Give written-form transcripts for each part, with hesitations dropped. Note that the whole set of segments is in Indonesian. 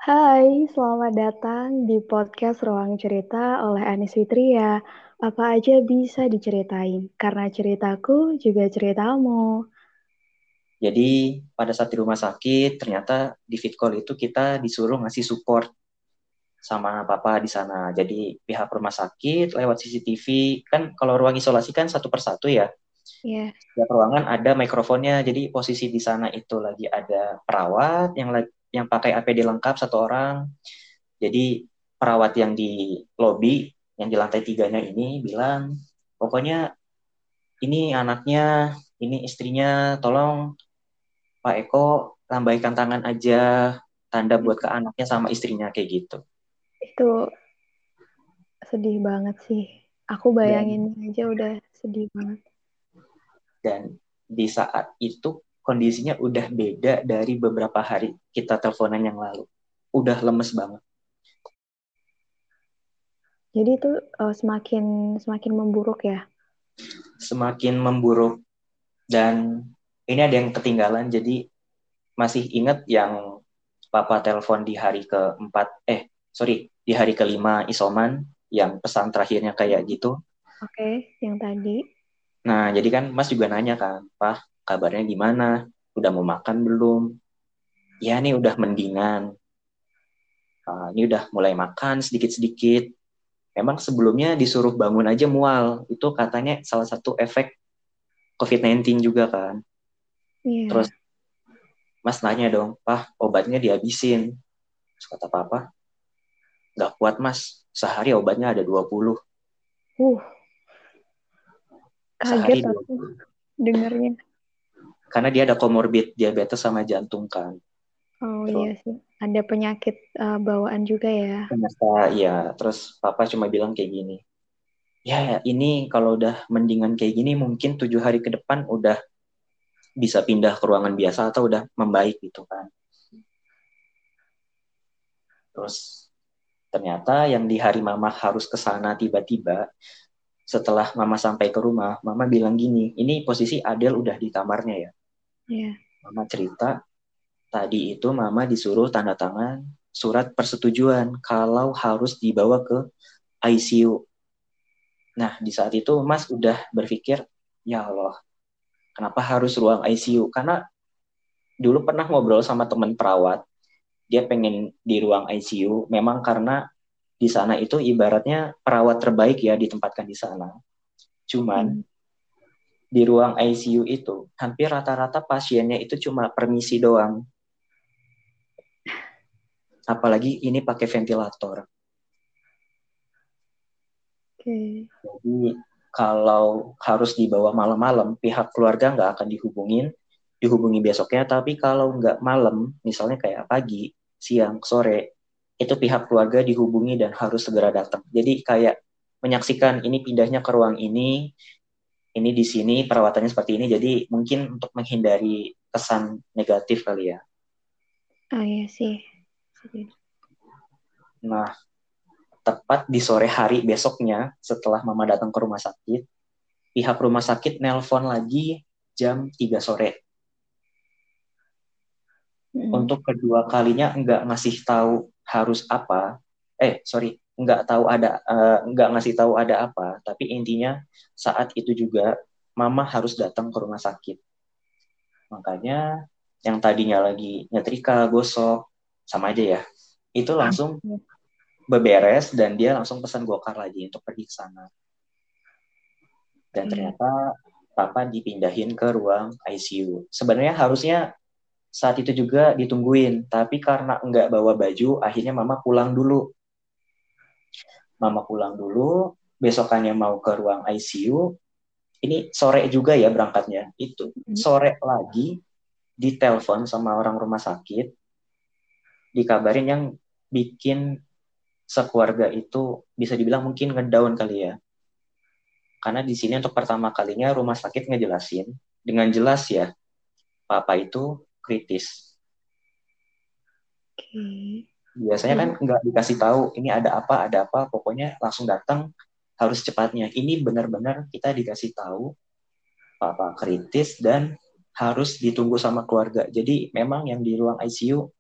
Hai, selamat datang di podcast Ruang Cerita oleh Anis Fitria. Apa aja bisa diceritain, karena ceritaku juga ceritamu. Jadi pada saat di rumah sakit, ternyata di fit call itu kita disuruh ngasih support sama papa di sana. Jadi pihak rumah sakit lewat CCTV, kan kalau ruang isolasi kan satu persatu ya. Ya, Setiap ruangan ada mikrofonnya. Jadi posisi di sana itu lagi ada perawat yang pakai APD lengkap satu orang. Jadi perawat yang di lobi, yang di lantai tiganya ini bilang, pokoknya ini anaknya, ini istrinya, tolong Pak Eko lambaikan tangan aja tanda buat ke anaknya sama istrinya kayak gitu. itu sedih banget sih. Aku bayangin Dan aja udah sedih banget. dan di saat itu kondisinya udah beda dari beberapa hari kita teleponan yang lalu. Udah lemes banget. Jadi itu semakin semakin memburuk ya. Semakin memburuk dan ini ada yang ketinggalan jadi masih ingat yang papa telepon di hari keempat sorry di hari kelima isoman yang pesan terakhirnya kayak gitu. Oke, yang tadi. Nah, jadi kan Mas juga nanya kan, Pak, kabarnya gimana? Udah mau makan belum? Ya, nih udah mendingan. Ini udah mulai makan sedikit-sedikit. Emang sebelumnya disuruh bangun aja mual. Itu katanya salah satu efek COVID-19 juga kan. Terus Iya. Mas nanya dong, Pak, obatnya dihabisin. Terus kata Papa, nggak kuat Mas. Sehari obatnya ada 20. Uh, Sehari Kaget aku 20. dengernya. Karena dia ada komorbid diabetes sama jantung kan. Oh iya Terus sih. Ada penyakit bawaan juga ya. ternyata ya, terus Papa cuma bilang kayak gini, ya ini kalau udah mendingan kayak gini mungkin 7 hari ke depan udah bisa pindah ke ruangan biasa atau udah membaik gitu kan. Terus ternyata yang di hari mama harus ke sana tiba-tiba setelah mama sampai ke rumah, mama bilang gini, ini posisi Adele udah di kamarnya ya. Iya. Mama cerita tadi itu mama disuruh tanda tangan surat persetujuan kalau harus dibawa ke ICU. Nah, di saat itu Mas udah berpikir, ya Allah, kenapa harus ruang ICU? Karena dulu pernah ngobrol sama teman perawat, dia pengen di ruang ICU, memang karena di sana itu ibaratnya perawat terbaik ya ditempatkan di sana. Cuman Hmm. di ruang ICU itu hampir rata-rata pasiennya itu cuma permisi doang, apalagi ini pakai ventilator. Oke. Jadi kalau harus dibawa malam-malam, pihak keluarga nggak akan dihubungi besoknya, tapi kalau nggak malam, misalnya kayak pagi, siang, sore, itu pihak keluarga dihubungi dan harus segera datang. Jadi kayak menyaksikan ini pindahnya ke ruang ini di sini perawatannya seperti ini, jadi mungkin untuk menghindari kesan negatif kali ya. Oh iya sih. Sedih. Nah, tepat di sore hari besoknya, setelah mama datang ke rumah sakit, pihak rumah sakit nelpon lagi jam 3 sore. Mm. Untuk kedua kalinya nggak ngasih tahu harus apa, sorry, nggak ngasih tahu ada apa, tapi intinya saat itu juga mama harus datang ke rumah sakit. Makanya yang tadinya lagi nyetrika, gosok, sama aja ya, itu langsung beberes dan dia langsung pesan gokar lagi untuk pergi ke sana. Dan Oke. ternyata papa dipindahin ke ruang ICU. Sebenarnya harusnya saat itu juga ditungguin, tapi karena nggak bawa baju, akhirnya mama pulang dulu. Mama pulang dulu, besokannya mau ke ruang ICU, ini sore juga ya berangkatnya. Itu Mm. sore lagi ditelepon sama orang rumah sakit, dikabarin yang bikin sekeluarga itu bisa dibilang mungkin ngedown kali ya. Karena di sini untuk pertama kalinya rumah sakit ngejelasin dengan jelas ya, papa itu kritis. Oke. Biasanya kan Jadi, nggak dikasih tahu ini ada apa, pokoknya langsung datang harus cepatnya. Ini benar-benar kita dikasih tahu papa kritis dan harus ditunggu sama keluarga. Jadi memang yang di ruang ICU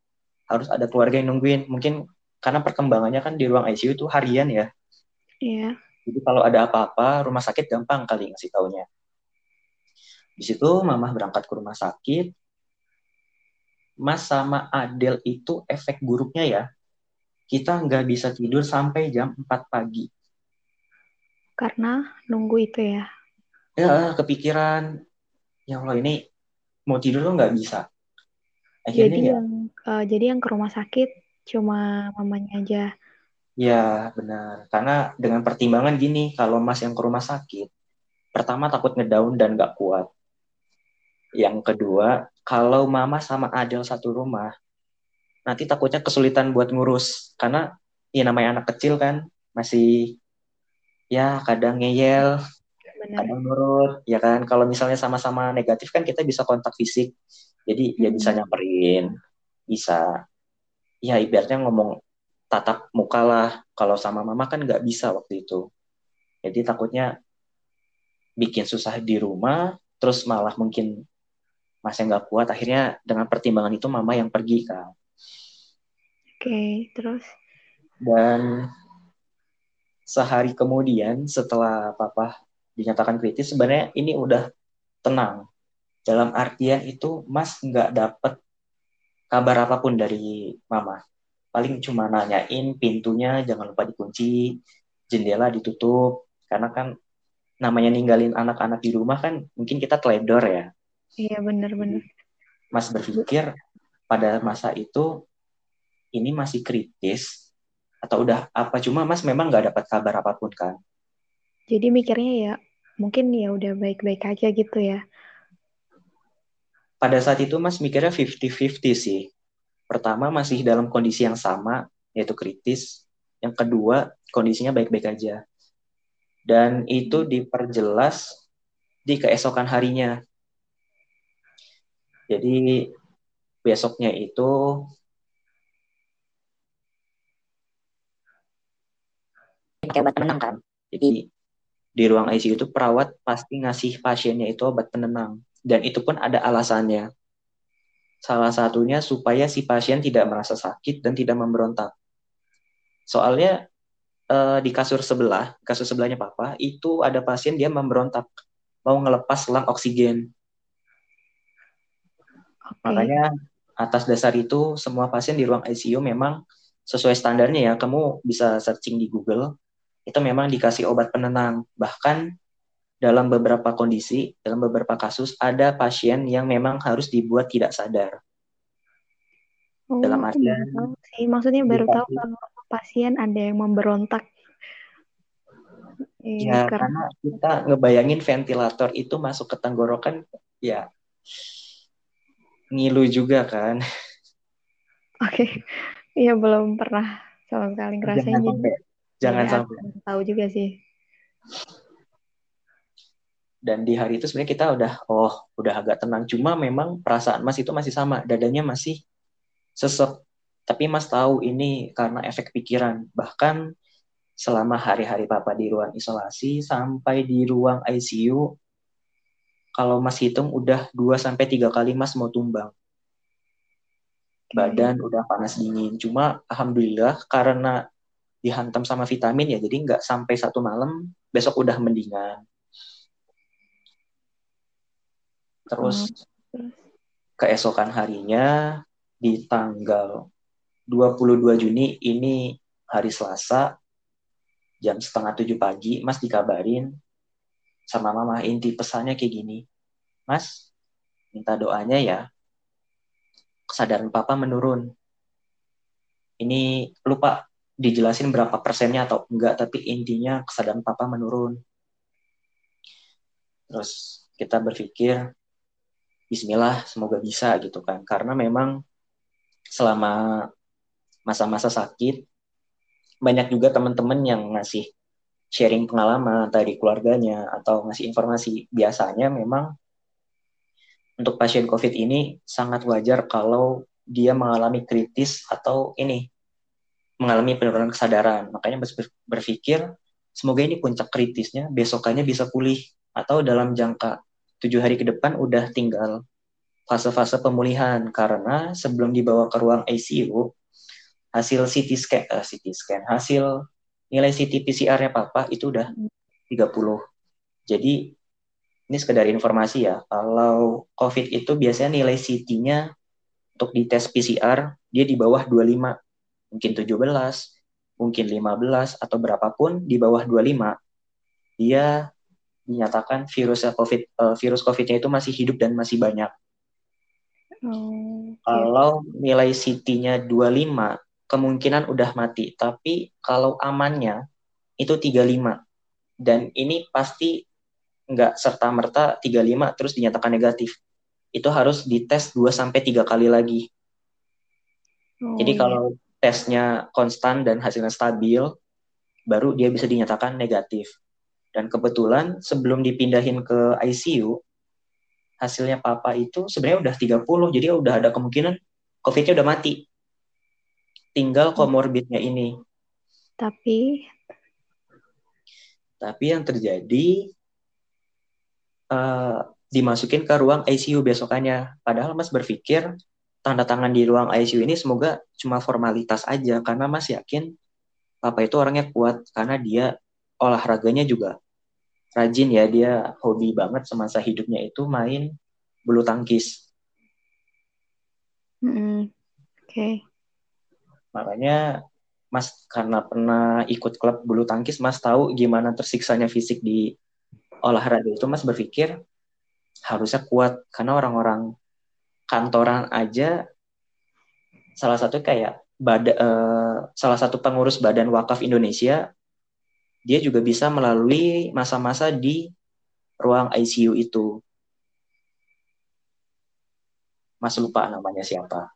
harus ada keluarga yang nungguin. Mungkin karena perkembangannya kan di ruang ICU itu harian ya. Iya. Jadi kalau ada apa-apa, rumah sakit gampang kali ngasih taunya. Di situ Mama berangkat ke rumah sakit. Mas sama Adel itu efek buruknya ya, kita nggak bisa tidur sampai jam 4 pagi. Karena nunggu itu ya. Ya, kepikiran, ya Allah ini mau tidur tuh nggak bisa. Akhirnya Jadi ya, yang jadi yang ke rumah sakit cuma mamanya aja. ya benar. Karena dengan pertimbangan gini, kalau Mas yang ke rumah sakit, pertama takut ngedown dan nggak kuat. Yang kedua, kalau Mama sama Adel satu rumah, nanti takutnya kesulitan buat ngurus. Karena ya namanya anak kecil kan, masih ya kadang ngeyel, Bener. kadang nurut, ya kan. Kalau misalnya sama-sama negatif kan kita bisa kontak fisik, jadi ya bisa Mm-mm. nyamperin, bisa ya ibaratnya ngomong tatap muka lah. Kalau sama mama kan nggak bisa waktu itu, jadi takutnya bikin susah di rumah, terus malah mungkin masih nggak kuat. Akhirnya dengan pertimbangan itu mama yang pergi kan. Oke, terus Dan sehari kemudian setelah papa dinyatakan kritis, sebenarnya ini udah tenang. Dalam artian itu Mas nggak dapet kabar apapun dari mama. Paling cuma nanyain pintunya jangan lupa dikunci, jendela ditutup. Karena kan namanya ninggalin anak-anak di rumah kan mungkin kita teledor ya. iya Jadi bener-bener. Mas berpikir pada masa itu ini masih kritis atau udah apa, cuma Mas memang nggak dapat kabar apapun kan. Jadi mikirnya ya mungkin ya udah baik-baik aja gitu ya. Pada saat itu Mas mikirnya 50-50 sih. Pertama masih dalam kondisi yang sama, yaitu kritis. Yang kedua kondisinya baik-baik aja. Dan itu diperjelas di keesokan harinya. Jadi besoknya itu pakai obat penenang kan. Jadi di ruang ICU itu perawat pasti ngasih pasiennya itu obat penenang. Dan itu pun ada alasannya. Salah satunya supaya si pasien tidak merasa sakit dan tidak memberontak. Soalnya di kasus sebelahnya papa, itu ada pasien dia memberontak, mau ngelepas selang oksigen. Oke. Makanya atas dasar itu semua pasien di ruang ICU memang sesuai standarnya ya, kamu bisa searching di Google, itu memang dikasih obat penenang. Bahkan dalam beberapa kondisi, dalam beberapa kasus, ada pasien yang memang harus dibuat tidak sadar. Oh, Dalam aku baru artian tahu sih. Maksudnya baru tahu dikasih, kalau pasien ada yang memberontak. ya Karena karena kita ngebayangin ventilator itu masuk ke tenggorokan, ya ngilu juga kan. oke, iya belum pernah sama sekali ngerasain Jangan jadi sampai, ya jangan aku sampai. baru tahu juga sih. Dan di hari itu sebenarnya kita udah agak tenang. Cuma memang perasaan Mas itu masih sama, dadanya masih sesek. Tapi Mas tahu ini karena efek pikiran. Bahkan selama hari-hari Papa di ruang isolasi sampai di ruang ICU, kalau Mas hitung udah 2 sampai 3 kali Mas mau tumbang. Oke. Badan udah panas dingin. Cuma alhamdulillah karena dihantam sama vitamin ya, jadi nggak sampai 1 malam, besok udah mendingan. Terus Oh, terus keesokan harinya di tanggal 22 Juni ini hari Selasa jam setengah 7 pagi Mas dikabarin sama mama, inti pesannya kayak gini, Mas minta doanya ya kesadaran papa menurun. Ini lupa dijelasin berapa persennya atau enggak, tapi intinya kesadaran papa menurun. Terus kita berpikir Bismillah semoga bisa gitu kan, karena memang selama masa-masa sakit banyak juga teman-teman yang ngasih sharing pengalaman dari keluarganya atau ngasih informasi. Biasanya memang untuk pasien COVID ini sangat wajar kalau dia mengalami kritis atau ini mengalami penurunan kesadaran. Makanya berpikir semoga ini puncak kritisnya, besokannya bisa pulih atau dalam jangka 7 hari ke depan udah tinggal fase-fase pemulihan karena sebelum dibawa ke ruang ICU, hasil CT scan, hasil nilai CT PCR-nya papa itu udah 30. Jadi ini sekedar informasi ya, kalau COVID itu biasanya nilai CT-nya untuk dites PCR dia di bawah 25, mungkin 17, mungkin 15 atau berapapun di bawah 25, dia dinyatakan virus COVID-nya itu masih hidup dan masih banyak. Oke. Kalau nilai CT-nya 25, kemungkinan udah mati. Tapi kalau amannya itu 35. Dan ini pasti nggak serta-merta 35 terus dinyatakan negatif. Itu harus dites 2-3 kali lagi. Jadi Oh iya. kalau tesnya konstan dan hasilnya stabil, baru dia bisa dinyatakan negatif. Dan kebetulan sebelum dipindahin ke ICU, hasilnya papa itu sebenarnya udah 30, jadi udah ada kemungkinan COVID-nya udah mati. Tinggal komorbidnya ini. Tapi Tapi yang terjadi uh, dimasukin ke ruang ICU besokannya. Padahal Mas berpikir tanda tangan di ruang ICU ini semoga cuma formalitas aja karena Mas yakin Papa itu orangnya kuat karena dia olahraganya juga rajin ya, dia hobi banget semasa hidupnya itu main bulu tangkis. oke. Makanya Mas karena pernah ikut klub bulu tangkis, Mas tahu gimana tersiksanya fisik di olahraga itu. Mas berpikir harusnya kuat karena orang-orang kantoran aja, salah satu pengurus Badan Wakaf Indonesia, dia juga bisa melalui masa-masa di ruang ICU itu. Mas lupa namanya siapa.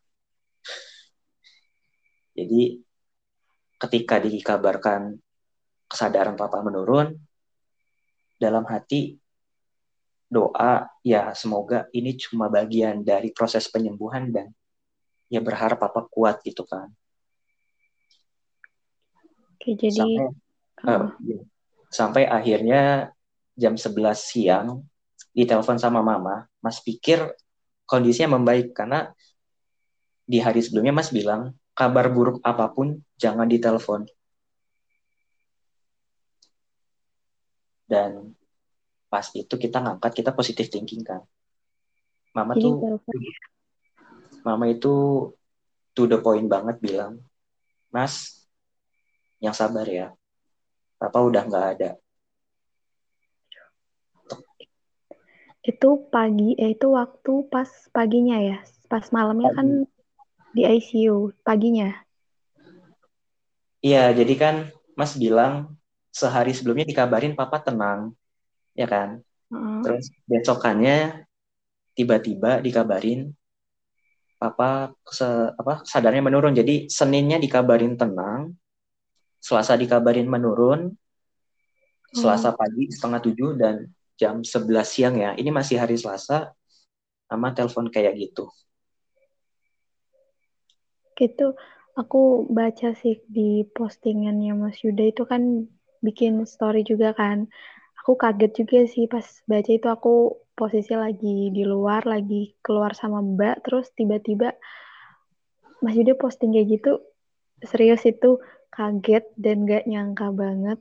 Jadi ketika dikabarkan kesadaran papa menurun, dalam hati doa ya semoga ini cuma bagian dari proses penyembuhan dan ya berharap papa kuat gitu kan. Oke, jadi Sampai eh, sampai akhirnya jam 11 siang ditelepon sama mama, Mas pikir kondisinya membaik karena di hari sebelumnya Mas bilang kabar buruk apapun jangan ditelepon. Dan pas itu kita ngangkat, kita positive thinking kan. Mama jadi tuh telepon. Mama itu to the point banget bilang, Mas yang sabar ya, Papa udah nggak ada. Itu pagi, itu waktu pas paginya ya. Pas malamnya kan di ICU paginya. Iya, jadi kan Mas bilang sehari sebelumnya dikabarin Papa tenang, ya kan? Heeh. Terus besokannya tiba-tiba dikabarin Papa sadarnya menurun. Jadi Seninnya dikabarin tenang, Selasa dikabarin menurun, Selasa Oh, pagi 6:30 dan jam 11 siang ya. Ini masih hari Selasa, Mama telepon kayak gitu. gitu. Aku baca sih di postingannya Mas Yuda itu kan bikin story juga kan. Aku kaget juga sih pas baca itu, aku posisi lagi di luar, lagi keluar sama Mbak, terus tiba-tiba Mas Yuda posting kayak gitu. Serius itu kaget dan gak nyangka banget.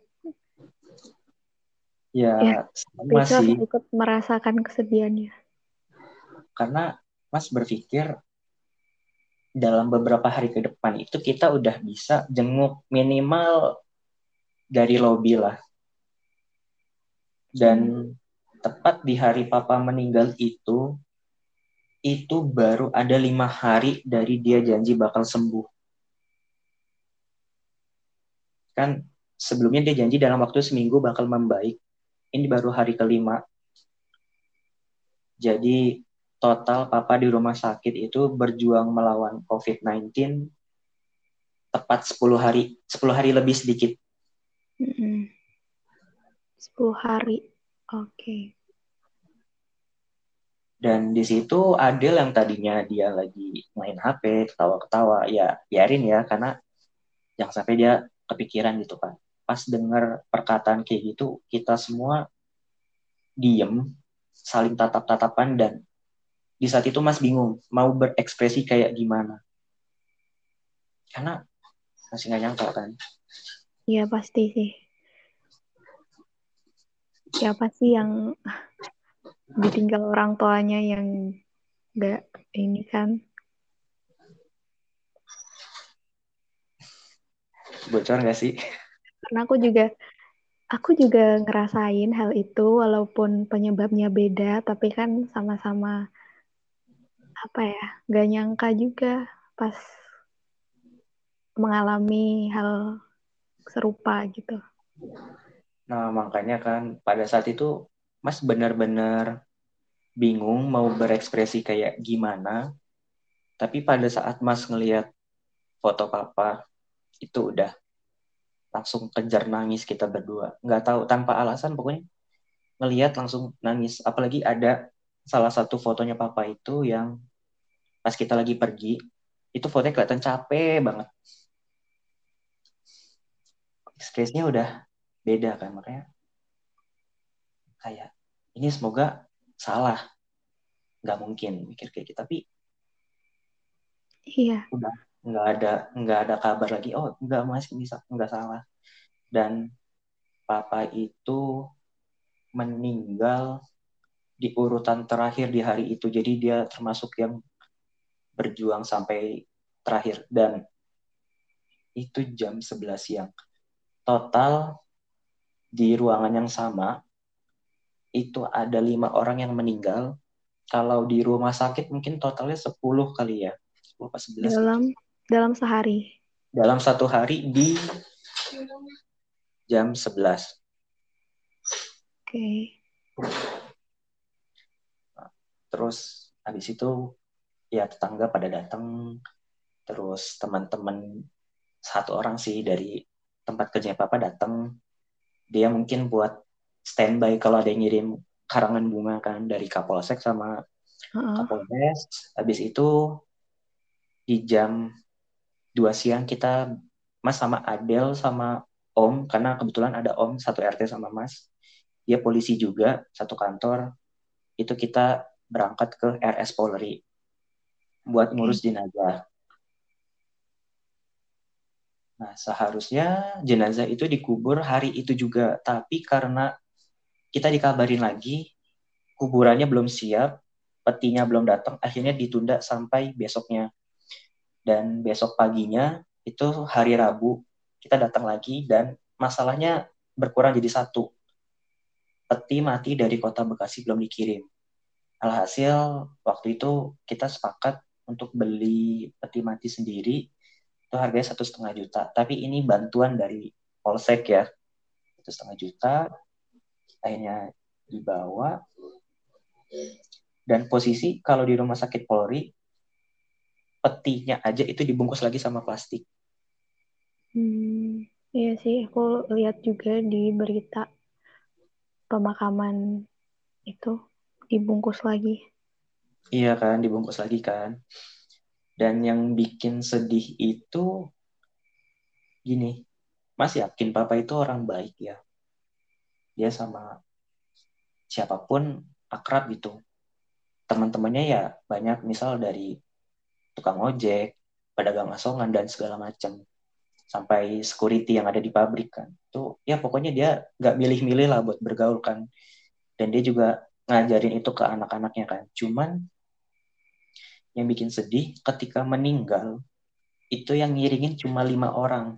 Ya, Ya, waktu sama itu aku sih. ikut merasakan kesedihannya. Karena Mas berpikir dalam beberapa hari ke depan itu kita udah bisa jenguk minimal dari lobby lah. Dan Hmm. tepat di hari Papa meninggal itu baru ada 5 hari dari dia janji bakal sembuh. Kan sebelumnya dia janji dalam waktu seminggu bakal membaik. Ini baru hari kelima. Jadi total Papa di rumah sakit itu berjuang melawan COVID-19 tepat 10 hari. 10 hari lebih sedikit. 10 hari. Oke. Dan di situ Adele yang tadinya dia lagi main HP, ketawa-ketawa, ya biarin ya, karena jangan sampai dia kepikiran gitu kan. Pas dengar perkataan kayak gitu, kita semua diem, saling tatap-tatapan dan di saat itu Mas bingung mau berekspresi kayak gimana. Karena masih nggak nyangka kan. Iya pasti sih. Siapa sih yang ditinggal orang tuanya yang gak ini kan? Bocor nggak sih? Karena aku juga ngerasain hal itu walaupun penyebabnya beda, tapi kan sama-sama apa ya? Gak nyangka juga pas mengalami hal serupa gitu. Nah, makanya kan pada saat itu Mas benar-benar bingung mau berekspresi kayak gimana. Tapi pada saat Mas ngelihat foto papa, itu udah langsung kejar nangis kita berdua. Nggak tahu, tanpa alasan pokoknya ngelihat langsung nangis. Apalagi ada salah satu fotonya papa itu yang pas kita lagi pergi, itu fotonya kelihatan capek banget. Ekspresinya udah beda kan, makanya kayak ini semoga salah. Nggak mungkin mikir kayak gitu. Tapi Iya, udah nggak ada kabar lagi. Oh, nggak Mas, ini nggak salah. Dan papa itu meninggal di urutan terakhir di hari itu. Jadi dia termasuk yang berjuang sampai terakhir. Dan itu jam 11 siang. Total di ruangan yang sama, itu ada 5 orang yang meninggal. Kalau di rumah sakit mungkin totalnya 10 kali ya. 10 apa 11 gitu. dalam dalam sehari. Dalam satu hari di jam 11. Oke. Terus habis itu ya tetangga pada datang. Terus teman-teman satu orang sih dari tempat kerja papa datang. Dia mungkin buat standby kalau ada yang ngirim karangan bunga kan dari Kapolsek sama Heeh. Kapolres. Habis itu di jam 2 siang kita Mas sama Adel sama Om, karena kebetulan ada Om satu RT sama Mas. Dia polisi juga, satu kantor. Itu kita berangkat ke RS Polri buat Oke. ngurus jenazah. Nah, seharusnya jenazah itu dikubur hari itu juga, tapi karena kita dikabarin lagi, kuburannya belum siap, petinya belum datang, akhirnya ditunda sampai besoknya. Dan besok paginya, itu hari Rabu, kita datang lagi dan masalahnya berkurang jadi satu. Peti mati dari kota Bekasi belum dikirim. Alhasil, waktu itu kita sepakat untuk beli peti mati sendiri, itu harganya 1,5 juta. Tapi ini bantuan dari Polsek ya, 1,5 juta, akhirnya dibawa. Dan posisi kalau di rumah sakit Polri, petinya aja itu dibungkus lagi sama plastik. Iya sih, aku lihat juga di berita pemakaman itu dibungkus lagi. Iya kan, dibungkus lagi kan. Dan yang bikin sedih itu gini, Mas yakin Papa itu orang baik ya. Dia sama siapapun akrab gitu. Teman-temannya ya banyak, misal dari tukang ojek, pedagang asongan, dan segala macam. Sampai security yang ada di pabrik kan. Itu ya pokoknya dia nggak milih-milih lah buat bergaul kan. Dan dia juga ngajarin itu ke anak-anaknya kan. Cuman yang bikin sedih ketika meninggal, itu yang ngiringin cuma 5 orang.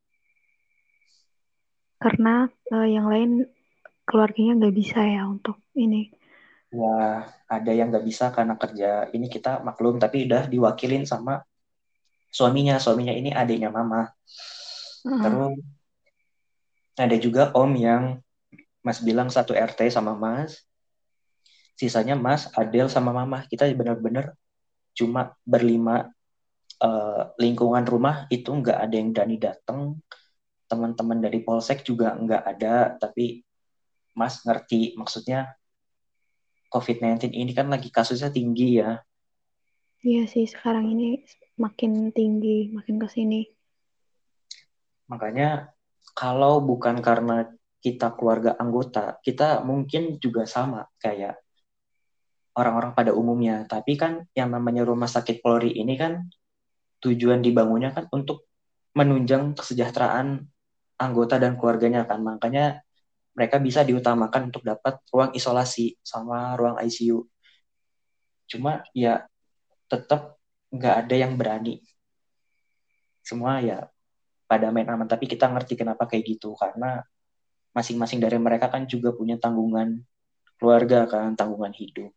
Karena yang lain keluarganya nggak bisa ya untuk ini. Ya, ada yang nggak bisa karena kerja ini kita maklum, tapi udah diwakilin sama suaminya. Suaminya ini adiknya mama. Heeh. Terus ada juga om yang Mas bilang satu RT sama Mas. Sisanya Mas, Adel sama mama. Kita benar-benar cuma berlima, lingkungan rumah itu nggak ada yang berani datang. Teman-teman dari Polsek juga nggak ada. Tapi Mas ngerti maksudnya COVID-19 ini kan lagi kasusnya tinggi ya. Iya sih, sekarang ini makin tinggi, makin ke sini. Makanya kalau bukan karena kita keluarga anggota, kita mungkin juga sama kayak orang-orang pada umumnya. Tapi kan yang namanya Rumah Sakit Polri ini kan tujuan dibangunnya kan untuk menunjang kesejahteraan anggota dan keluarganya kan. Makanya mereka bisa diutamakan untuk dapat ruang isolasi sama ruang ICU. Cuma ya tetap nggak ada yang berani. Semua ya pada main aman. Tapi kita ngerti kenapa kayak gitu. Karena masing-masing dari mereka kan juga punya tanggungan keluarga kan, tanggungan hidup.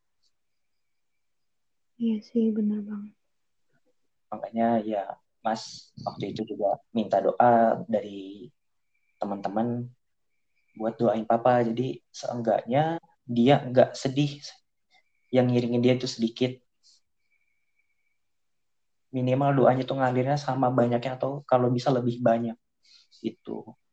Iya sih, benar banget. Makanya ya Mas waktu itu juga minta doa dari teman-teman buat doain papa. Jadi seenggaknya dia nggak sedih. Yang ngiringin dia itu sedikit. Minimal doanya tuh ngalirnya sama banyaknya atau kalau bisa lebih banyak. Itu.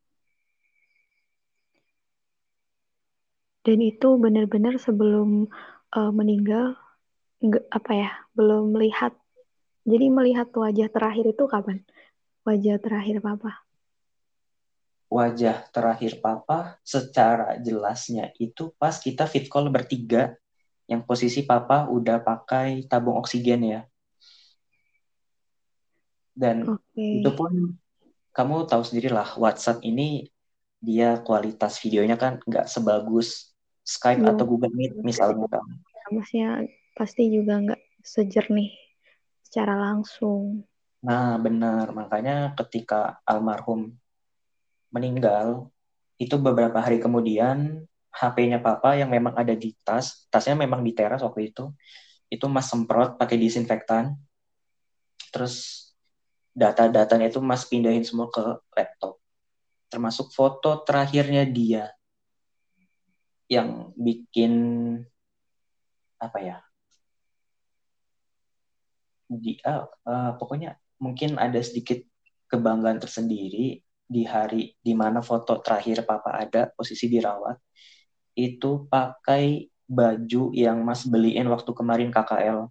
Dan itu benar-benar sebelum meninggal, nggak apa ya, belum melihat. Jadi melihat wajah terakhir itu kapan? Wajah terakhir papa. Wajah terakhir papa secara jelasnya itu pas kita fit call bertiga yang posisi papa udah pakai tabung oksigen ya. Dan Oke. itu pun kamu tahu sendiri lah WhatsApp ini dia kualitas videonya kan nggak sebagus Skype Iya, atau Google Meet misalnya kan. maksudnya pasti juga nggak sejernih secara langsung. Nah benar, makanya ketika almarhum meninggal, itu beberapa hari kemudian HP-nya papa yang memang ada di tasnya memang di teras waktu itu mas semprot pakai disinfektan, terus data-datanya itu mas pindahin semua ke laptop, termasuk foto terakhirnya dia yang bikin apa ya, pokoknya mungkin ada sedikit kebanggaan tersendiri di hari di mana foto terakhir papa ada posisi dirawat itu pakai baju yang mas beliin waktu kemarin KKL.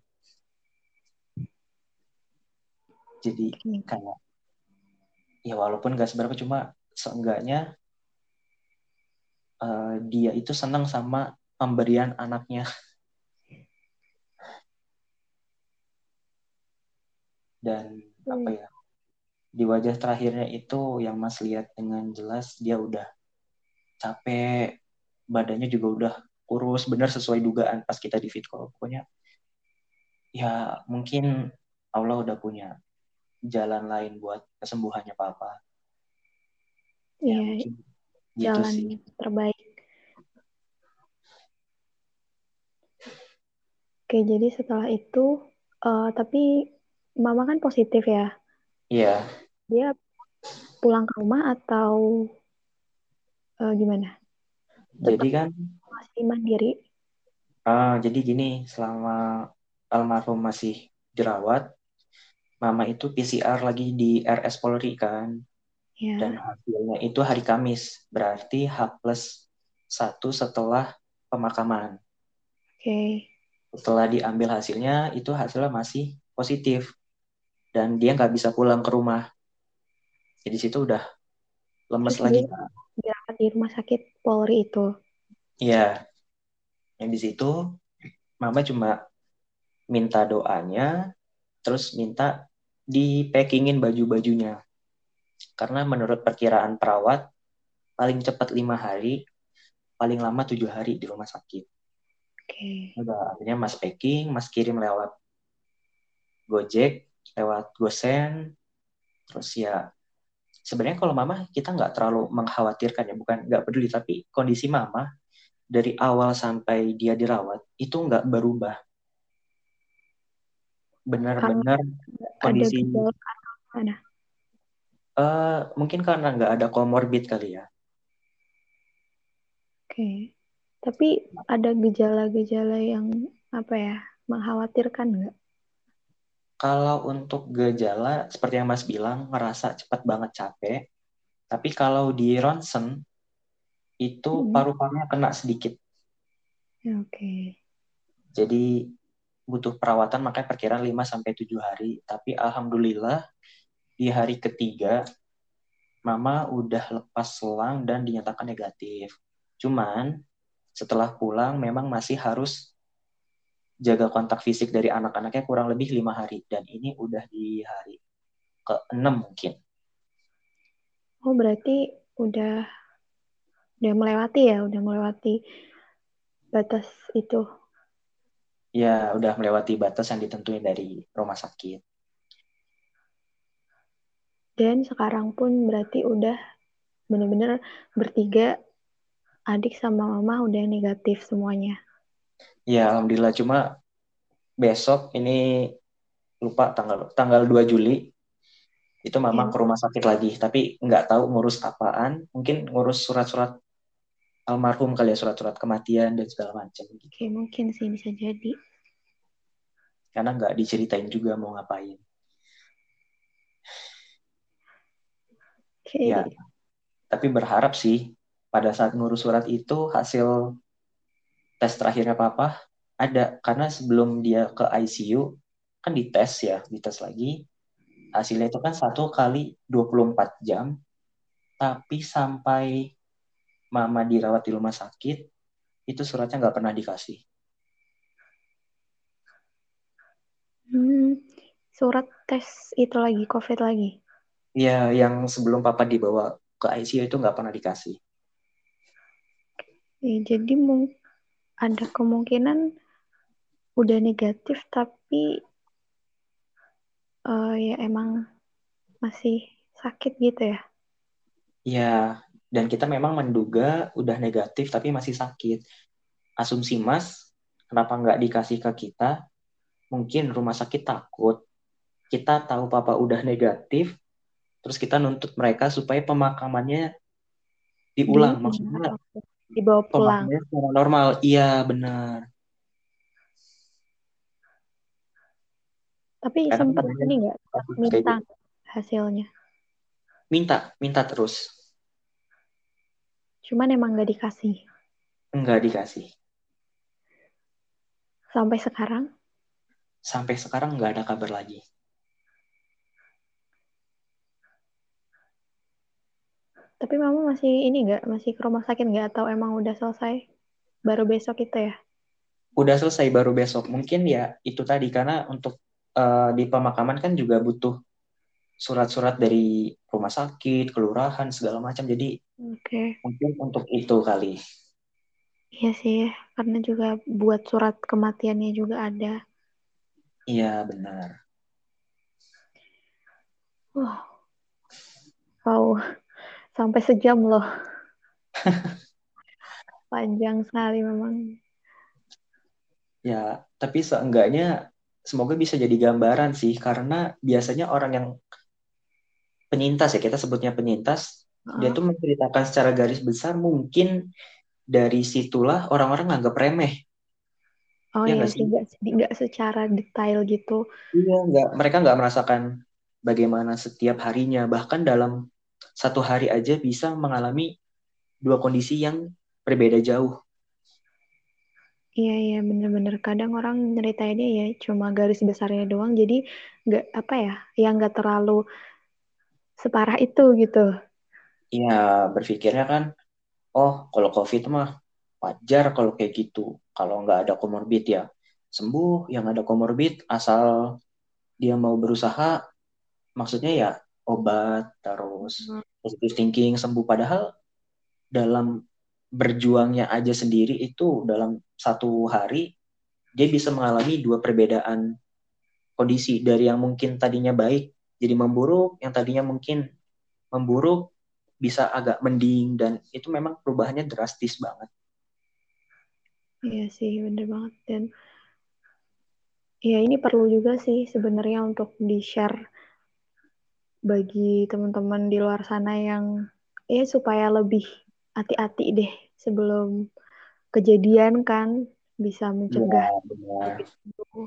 Jadi Oke. kayak ya walaupun gak seberapa cuma seenggaknya dia itu senang sama pemberian anaknya dan apa Hmm. ya di wajah terakhirnya itu yang mas lihat dengan jelas dia udah capek, badannya juga udah kurus bener sesuai dugaan pas kita di fit call. Pokoknya ya mungkin Allah udah punya jalan lain buat kesembuhannya papa. Ya Iya, mungkin gitu jalan sih. terbaik. Oke, jadi setelah itu, tapi mama kan positif ya. Iya, Dia pulang ke rumah atau gimana? jadi Tetap kan masih mandiri? jadi gini, selama almarhum masih dirawat, mama itu PCR lagi di RS Polri kan, dan Ya, hasilnya itu hari Kamis, berarti H+1 setelah pemakaman. oke. Setelah diambil hasilnya, itu hasilnya masih positif, dan dia nggak bisa pulang ke rumah. Jadi situ udah lemes Terus lagi dia kan. dirawat di rumah sakit Polri itu. Iya, yang di situ mama cuma minta doanya, terus minta di-packingin baju-bajunya. Karena menurut perkiraan perawat, paling cepat 5 hari, paling lama 7 hari di rumah sakit. Oke. Udah, akhirnya mas packing, mas kirim lewat Gojek, lewat Gosen, terus ya sebenarnya kalau mama kita nggak terlalu mengkhawatirkan ya, bukan nggak peduli, tapi kondisi mama dari awal sampai dia dirawat itu nggak berubah. Karena Benar-benar ada kondisi gejala mana? mungkin karena nggak ada komorbid kali ya. Oke. Tapi ada gejala-gejala yang apa ya, mengkhawatirkan nggak? Kalau untuk gejala, seperti yang Mas bilang, ngerasa cepat banget capek. Tapi kalau di ronsen, itu Hmm. paru-parunya kena sedikit. Ya, oke. Jadi butuh perawatan makanya perkiraan 5 sampai 7 hari. Tapi alhamdulillah di hari ketiga, Mama udah lepas selang dan dinyatakan negatif. Cuman setelah pulang memang masih harus jaga kontak fisik dari anak-anaknya kurang lebih 5 hari, dan ini udah di hari ke-6 mungkin. Oh, berarti udah melewati ya, udah melewati batas itu. Ya udah melewati batas yang ditentuin dari rumah sakit. Dan sekarang pun berarti udah bener-bener bertiga, adik sama mama udah negatif semuanya. Ya alhamdulillah, cuma besok ini lupa tanggal tanggal 2 Juli itu mama Ya, ke rumah sakit lagi, tapi nggak tahu ngurus apaan, mungkin ngurus surat-surat almarhum kali ya, surat-surat kematian dan segala macam gitu. oke, mungkin sih bisa jadi. Karena nggak diceritain juga mau ngapain. Ya, Oke, tapi berharap sih pada saat ngurus surat itu hasil tes terakhirnya papa ada, karena sebelum dia ke ICU kan dites ya, dites lagi. Hasilnya itu kan 1 kali 24 jam, tapi sampai mama dirawat di rumah sakit itu suratnya nggak pernah dikasih. hmm, surat tes itu lagi, COVID lagi. Ya, yang sebelum papa dibawa ke ICU itu nggak pernah dikasih. Jadi ada kemungkinan udah negatif, tapi ya emang masih sakit gitu ya. Ya, dan kita memang menduga udah negatif tapi masih sakit. Asumsi Mas, kenapa nggak dikasih ke kita? Mungkin rumah sakit takut. Kita tahu papa udah negatif, terus kita nuntut mereka supaya pemakamannya diulang. Diulang Maksudnya atau dibawa pulang. pemakamannya secara normal. Iya, benar. Tapi Karena kan sempet banyak ini nggak kasus kayak minta gitu. hasilnya. Minta terus. Cuman emang nggak dikasih. Nggak dikasih. Sampai sekarang. Sampai sekarang nggak ada kabar lagi. Tapi mama masih ini nggak, masih ke rumah sakit nggak? Atau emang udah selesai? Baru besok itu ya? Udah selesai baru besok. Mungkin ya itu tadi, karena untuk di pemakaman kan juga butuh surat-surat dari rumah sakit, kelurahan, segala macam. Jadi Oke. mungkin untuk itu kali. Iya sih, karena juga buat surat kematiannya juga ada. Iya, benar. Wah, wow, sampai sejam loh. Panjang sekali memang. Ya, tapi seenggaknya semoga bisa jadi gambaran sih, karena biasanya orang yang penyintas ya, kita sebutnya penyintas, dia Heeh. tuh menceritakan secara garis besar, mungkin dari situlah orang-orang nganggap remeh. Oh Ya iya nggak sih, sih? nggak secara detail gitu. Iya, nggak, mereka nggak merasakan bagaimana setiap harinya. Bahkan dalam 1 hari aja bisa mengalami dua kondisi yang berbeda jauh. Iya, iya, bener-bener. Kadang orang nyeritainnya ya cuma garis besarnya doang, jadi nggak apa ya, yang nggak terlalu separah itu gitu. Iya, berpikirnya kan, oh kalau COVID mah wajar kalau kayak gitu. Kalau nggak ada komorbid ya sembuh, yang ada komorbid asal dia mau berusaha, maksudnya ya obat, terus Hmm. positive thinking, sembuh. Padahal dalam berjuangnya aja sendiri itu dalam 1 hari, dia bisa mengalami dua perbedaan kondisi, dari yang mungkin tadinya baik jadi memburuk, yang tadinya mungkin memburuk bisa agak mending, dan itu memang perubahannya drastis banget. Iya sih, bener banget. Dan ya ini perlu juga sih sebenarnya untuk di-share bagi teman-teman di luar sana yang ya supaya lebih hati-hati deh sebelum kejadian kan bisa Iya, mencegah benar. lebih dulu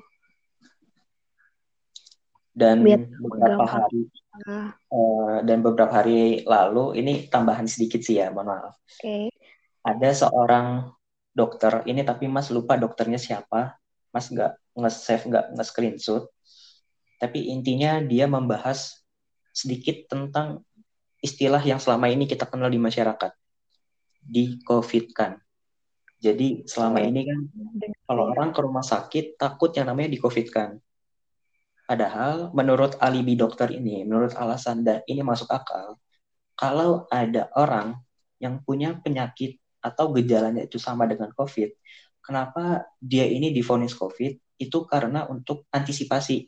Dan biar beberapa gampang. hari dan beberapa hari lalu, ini tambahan sedikit sih ya, mohon maaf. Oke. Ada seorang dokter ini, tapi Mas lupa dokternya siapa. Mas nggak nge-save, nggak nge-screenshot. Tapi intinya dia membahas sedikit tentang istilah yang selama ini kita kenal di masyarakat, di COVID kan. Jadi Oh selama ya, ini kan dengar kalau sih. orang ke rumah sakit takut yang namanya di COVID kan. Padahal menurut alibi dokter ini, menurut alasan dan ini masuk akal, kalau ada orang yang punya penyakit atau gejalanya itu sama dengan COVID, kenapa dia ini divonis COVID? Itu karena untuk antisipasi.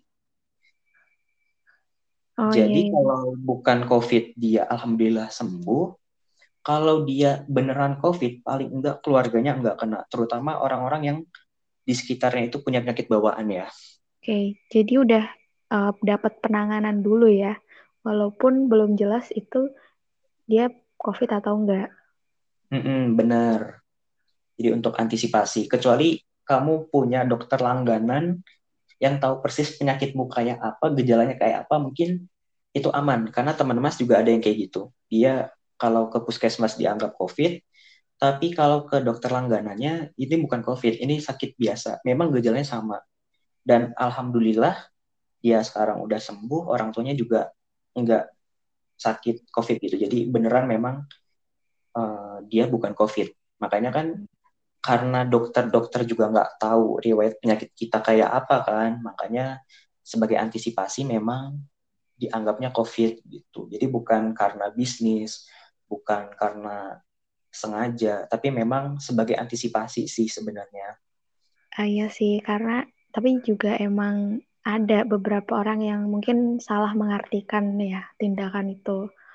Oh iya, Jadi iya. kalau bukan COVID dia alhamdulillah sembuh, kalau dia beneran COVID paling enggak keluarganya enggak kena, terutama orang-orang yang di sekitarnya itu punya penyakit bawaan ya. Oke, jadi udah dapat penanganan dulu ya, walaupun belum jelas itu dia COVID atau enggak. Bener. Jadi untuk antisipasi, kecuali kamu punya dokter langganan yang tahu persis penyakitmu kayak apa, gejalanya kayak apa, mungkin itu aman. Karena teman Mas juga ada yang kayak gitu. Dia kalau ke puskesmas dianggap COVID, tapi kalau ke dokter langganannya, ini bukan COVID, ini sakit biasa. Memang gejalanya sama. Dan alhamdulillah, dia sekarang udah sembuh, orang tuanya juga nggak sakit COVID gitu. Jadi beneran memang dia bukan COVID. Makanya kan karena dokter-dokter juga nggak tahu riwayat penyakit kita kayak apa kan, makanya sebagai antisipasi memang dianggapnya COVID gitu. Jadi bukan karena bisnis, bukan karena sengaja, tapi memang sebagai antisipasi sih sebenarnya. Iya sih, karena tapi juga emang ada beberapa orang yang mungkin salah mengartikan ya tindakan itu.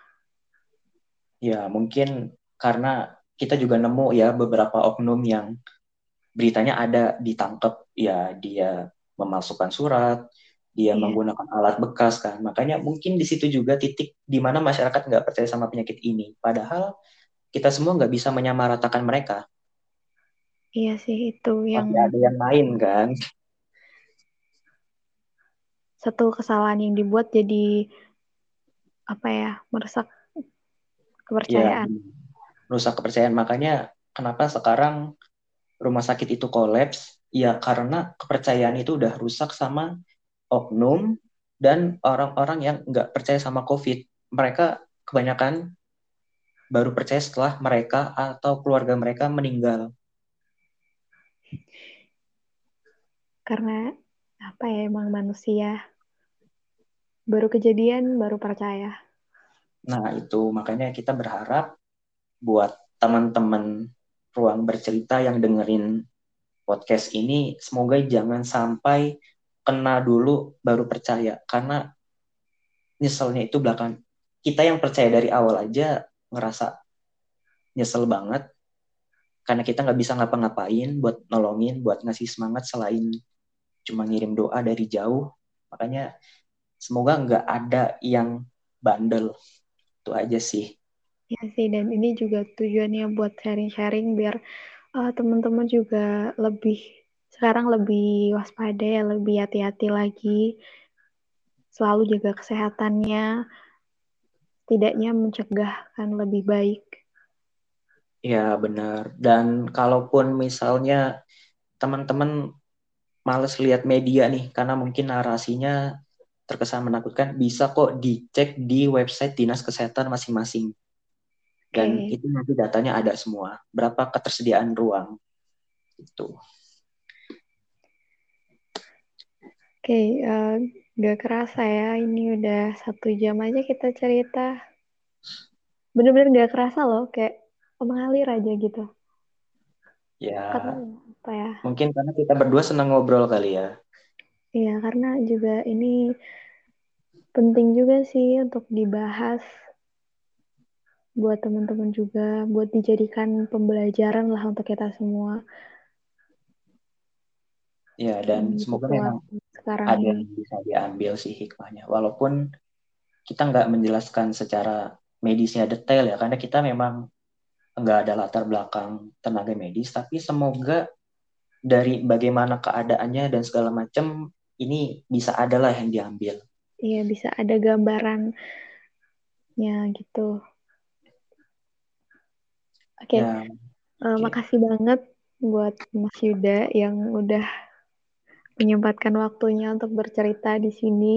Ya mungkin karena kita juga nemu ya beberapa oknum yang beritanya ada ditangkap, ya dia memalsukan surat, dia Iya, menggunakan alat bekas kan. Makanya mungkin di situ juga titik di mana masyarakat nggak percaya sama penyakit ini. Padahal kita semua nggak bisa menyamaratakan mereka. iya sih itu yang Pasti ada yang lain kan. satu kesalahan yang dibuat jadi apa ya, merusak Ya, kepercayaan. rusak kepercayaan. Makanya kenapa sekarang rumah sakit itu kolaps? Ya karena kepercayaan itu udah rusak sama oknum dan orang-orang yang nggak percaya sama COVID. Mereka kebanyakan baru percaya setelah mereka atau keluarga mereka meninggal. Karena apa ya, emang manusia baru kejadian baru percaya. Nah, itu makanya kita berharap buat teman-teman ruang bercerita yang dengerin podcast ini, semoga jangan sampai kena dulu baru percaya. Karena nyeselnya itu belakang. Kita yang percaya dari awal aja ngerasa nyesel banget. Karena kita nggak bisa ngapa-ngapain buat nolongin, buat ngasih semangat selain cuma ngirim doa dari jauh. Makanya semoga nggak ada yang bandel. Itu aja sih. Ya sih, dan ini juga tujuannya buat sharing-sharing biar teman-teman juga lebih sekarang lebih waspada ya, lebih hati-hati lagi, selalu jaga kesehatannya, tidaknya mencegah kan lebih baik. Ya benar. Dan kalaupun misalnya teman-teman males lihat media nih, karena mungkin narasinya terkesan menakutkan, bisa kok dicek di website Dinas Kesehatan masing-masing. Dan Oke, itu nanti datanya ada semua. Berapa ketersediaan ruang itu. oke, gak kerasa ya, ini udah 1 jam aja kita cerita. Bener-bener gak kerasa loh, kayak mengalir aja gitu. Karena Ya, apa ya? mungkin karena kita berdua senang ngobrol kali ya. Iya, karena juga ini penting juga sih untuk dibahas buat teman-teman juga, buat dijadikan pembelajaran lah untuk kita semua Ya, dan di semoga memang situasi sekarang ada ini. yang bisa diambil sih hikmahnya. Walaupun kita nggak menjelaskan secara medisnya detail ya, karena kita memang nggak ada latar belakang tenaga medis, tapi semoga dari bagaimana keadaannya dan segala macam ini bisa adalah yang diambil. Iya, bisa ada gambarannya gitu. Oke, Ya, oke. makasih banget buat Mas Yuda yang udah menyempatkan waktunya untuk bercerita di sini.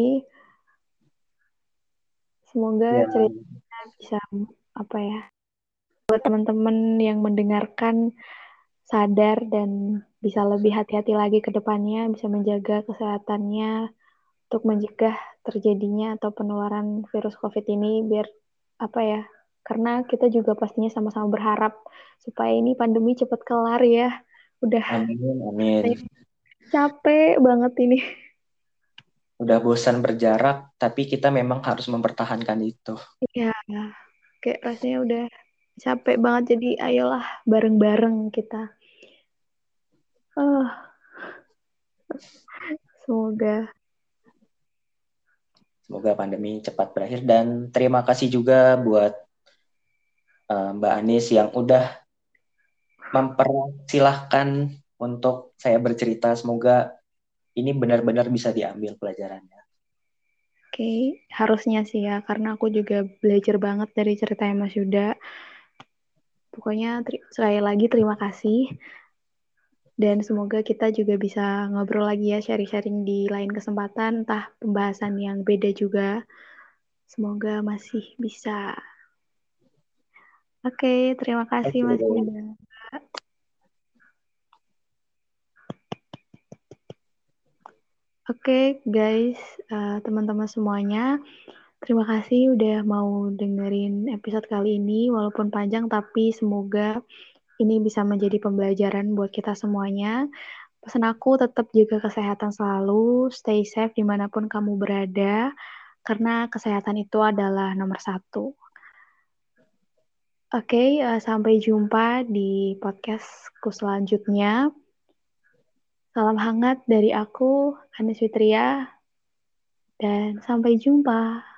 Semoga Ya, ceritanya bisa apa ya, buat teman-teman yang mendengarkan sadar dan bisa lebih hati-hati lagi ke depannya, bisa menjaga kesehatannya untuk mencegah terjadinya atau penularan virus COVID ini biar apa ya? Karena kita juga pastinya sama-sama berharap supaya ini pandemi cepat kelar ya. Udah Amin, amin. capek banget ini. Udah bosan berjarak, tapi kita memang harus mempertahankan itu. Ya, kayak rasanya udah capek banget jadi ayolah bareng-bareng kita. Oh, semoga. Semoga pandemi cepat berakhir dan terima kasih juga buat Mbak Anis yang udah mempersilahkan untuk saya bercerita. Semoga ini benar-benar bisa diambil pelajarannya. Oke, harusnya sih ya, karena aku juga belajar banget dari ceritanya Mas Yuda. Pokoknya sekali lagi terima kasih. Dan semoga kita juga bisa ngobrol lagi ya, sharing-sharing di lain kesempatan, entah pembahasan yang beda juga. Semoga masih bisa. Oke, terima kasih Oke, Mas Yuda. Oke, guys, teman-teman semuanya, terima kasih udah mau dengerin episode kali ini. Walaupun panjang, tapi semoga ini bisa menjadi pembelajaran buat kita semuanya. Pesan aku tetap jaga kesehatan selalu, stay safe dimanapun kamu berada, karena kesehatan itu adalah nomor satu. Oke, sampai jumpa di podcastku selanjutnya. Salam hangat dari aku, Anis Fitria, dan sampai jumpa.